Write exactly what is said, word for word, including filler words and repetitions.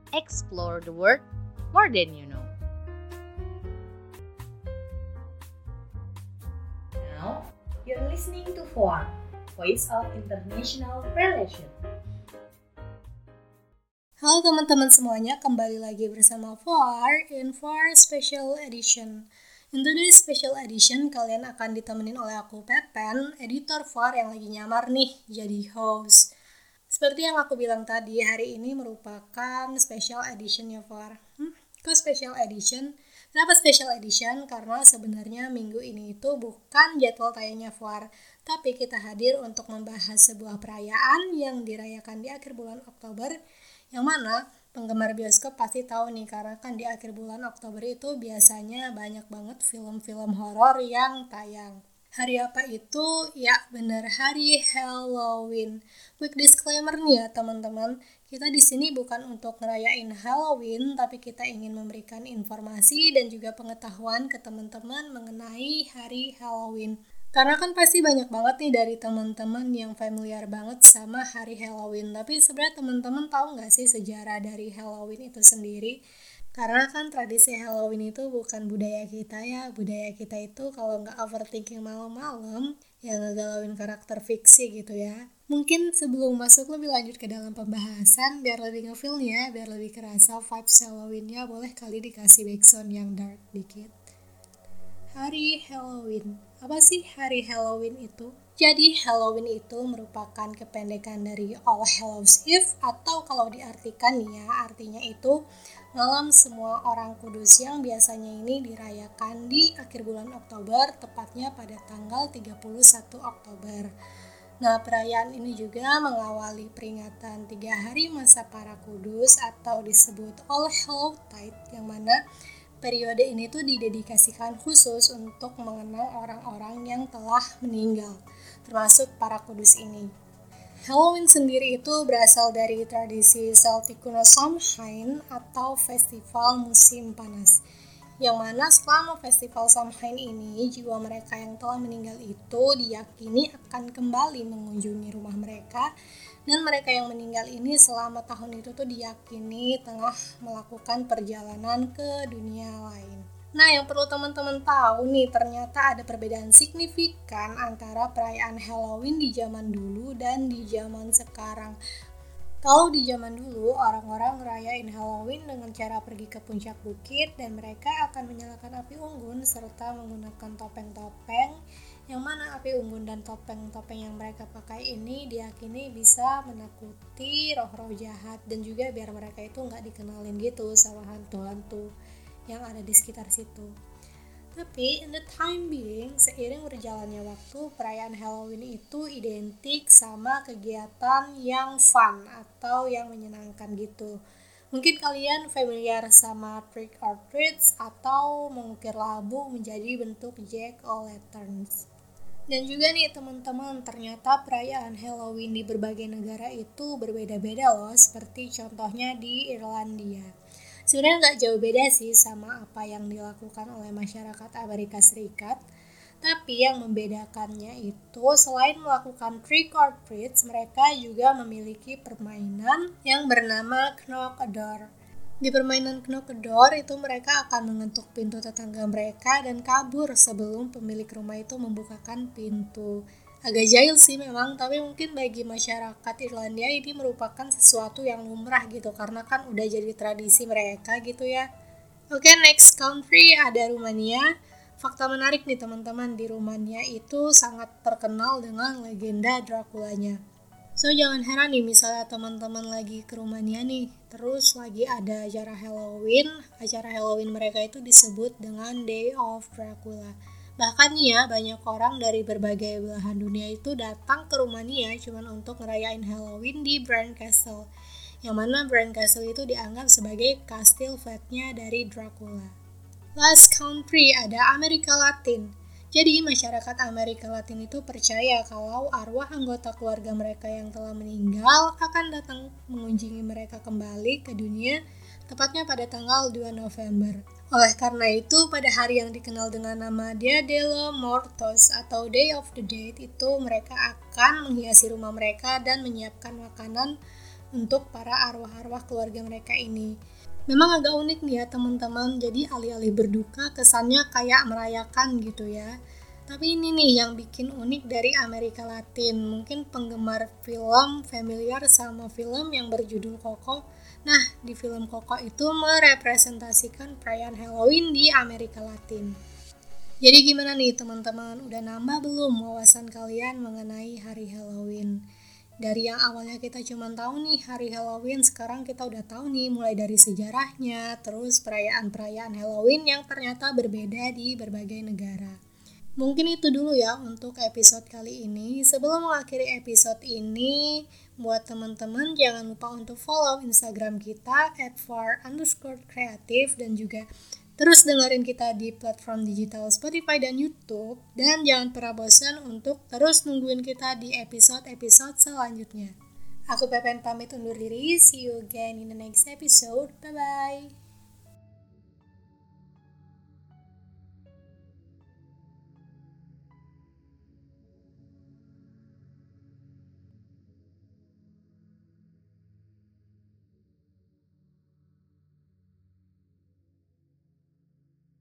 explore the world more than you know. Now, you're listening to F O R, Voice of International Relations. Halo teman-teman semuanya, kembali lagi bersama F O R in F O R Special Edition. In today's Special Edition, kalian akan ditemenin oleh aku Pepen, editor F O R yang lagi nyamar nih jadi host. Seperti yang aku bilang tadi, hari ini merupakan Special Edition-nya F O R. Hmm, kok Special Edition? Kenapa Special Edition? Karena sebenarnya minggu ini itu bukan jadwal tayangnya F O R, tapi kita hadir untuk membahas sebuah perayaan yang dirayakan di akhir bulan Oktober, yang mana penggemar bioskop pasti tahu nih, karena kan di akhir bulan Oktober itu biasanya banyak banget film-film horor yang tayang. Hari apa itu? Ya benar, hari Halloween. Quick disclaimer nih ya teman-teman, kita di sini bukan untuk ngerayain Halloween, tapi kita ingin memberikan informasi dan juga pengetahuan ke teman-teman mengenai hari Halloween. Karena kan pasti banyak banget nih dari teman-teman yang familiar banget sama hari Halloween. Tapi sebenarnya teman-teman tahu nggak sih sejarah dari Halloween itu sendiri? Karena kan tradisi Halloween itu bukan budaya kita ya. Budaya kita itu kalau nggak overthinking malam-malam, ya ngegalauin karakter fiksi gitu ya. Mungkin sebelum masuk lebih lanjut ke dalam pembahasan, biar lebih ngefeel-nya, biar lebih kerasa vibes Halloween-nya, boleh kali dikasih backsound yang dark dikit. Hari Halloween. Apa sih hari Halloween itu? Jadi Halloween itu merupakan kependekan dari All Hallows Eve, atau kalau diartikan nih ya, artinya itu malam semua orang kudus, yang biasanya ini dirayakan di akhir bulan Oktober, tepatnya pada tanggal tiga puluh satu Oktober. Nah, perayaan ini juga mengawali peringatan tiga hari masa para kudus atau disebut All Hallows Tide, yang mana periode ini tuh didedikasikan khusus untuk mengenang orang-orang yang telah meninggal, termasuk para kudus ini. Halloween sendiri itu berasal dari tradisi Celtic kuno Samhain atau festival musim panas, yang mana selama festival Samhain ini, jiwa mereka yang telah meninggal itu diyakini akan kembali mengunjungi rumah mereka, dan mereka yang meninggal ini selama tahun itu tuh diyakini tengah melakukan perjalanan ke dunia lain. Nah, yang perlu teman-teman tahu nih, ternyata ada perbedaan signifikan antara perayaan Halloween di zaman dulu dan di zaman sekarang. Kalau di zaman dulu, orang-orang ngerayain Halloween dengan cara pergi ke puncak bukit dan mereka akan menyalakan api unggun serta menggunakan topeng-topeng, yang mana api unggun dan topeng-topeng yang mereka pakai ini diyakini bisa menakuti roh-roh jahat, dan juga biar mereka itu nggak dikenalin gitu sama hantu-hantu yang ada di sekitar situ. Tapi in the time being, seiring berjalannya waktu, perayaan Halloween itu identik sama kegiatan yang fun atau yang menyenangkan gitu. Mungkin kalian familiar sama trick or treats atau mengukir labu menjadi bentuk jack-o'-lanterns. Dan juga nih teman-teman, ternyata perayaan Halloween di berbagai negara itu berbeda-beda loh, seperti contohnya di Irlandia. Sebenarnya nggak jauh beda sih sama apa yang dilakukan oleh masyarakat Amerika Serikat, tapi yang membedakannya itu selain melakukan trick or treats, mereka juga memiliki permainan yang bernama knock a door. Di permainan knock a door itu mereka akan mengetuk pintu tetangga mereka dan kabur sebelum pemilik rumah itu membukakan pintu. Agak jahil sih memang, tapi mungkin bagi masyarakat Irlandia ini merupakan sesuatu yang lumrah gitu, karena kan udah jadi tradisi mereka gitu ya. Oke, okay, next country ada Rumania. Fakta menarik nih teman-teman, di Rumania itu sangat terkenal dengan legenda Dracula-nya. So jangan heran nih misalnya teman-teman lagi ke Rumania nih, terus lagi ada acara Halloween, acara Halloween mereka itu disebut dengan Day of Dracula. Bahkan nih ya, banyak orang dari berbagai belahan dunia itu datang ke Rumania cuman untuk ngerayain Halloween di Bran Castle, yang mana Bran Castle itu dianggap sebagai kastil fate-nya dari Dracula. Last country ada Amerika Latin. Jadi masyarakat Amerika Latin itu percaya kalau arwah anggota keluarga mereka yang telah meninggal akan datang mengunjungi mereka kembali ke dunia, tepatnya pada tanggal dua November. Oleh karena itu, pada hari yang dikenal dengan nama Dia de los Muertos atau Day of the Dead itu, mereka akan menghiasi rumah mereka dan menyiapkan makanan untuk para arwah-arwah keluarga mereka ini. Memang agak unik nih ya teman-teman, jadi alih-alih berduka kesannya kayak merayakan gitu ya. Tapi ini nih yang bikin unik dari Amerika Latin. Mungkin penggemar film familiar sama film yang berjudul Coco. Nah, di film Coco itu merepresentasikan perayaan Halloween di Amerika Latin. Jadi gimana nih teman-teman, udah nambah belum wawasan kalian mengenai hari Halloween? Dari yang awalnya kita cuma tahu nih hari Halloween, sekarang kita udah tahu nih mulai dari sejarahnya, terus perayaan-perayaan Halloween yang ternyata berbeda di berbagai negara. Mungkin itu dulu ya untuk episode kali ini. Sebelum mengakhiri episode ini, buat teman-teman jangan lupa untuk follow Instagram kita at far underscore kreatif dan juga terus dengerin kita di platform digital Spotify dan YouTube. Dan jangan pernah bosan untuk terus nungguin kita di episode-episode selanjutnya. Aku Pepen pamit undur diri. See you again in the next episode. Bye-bye.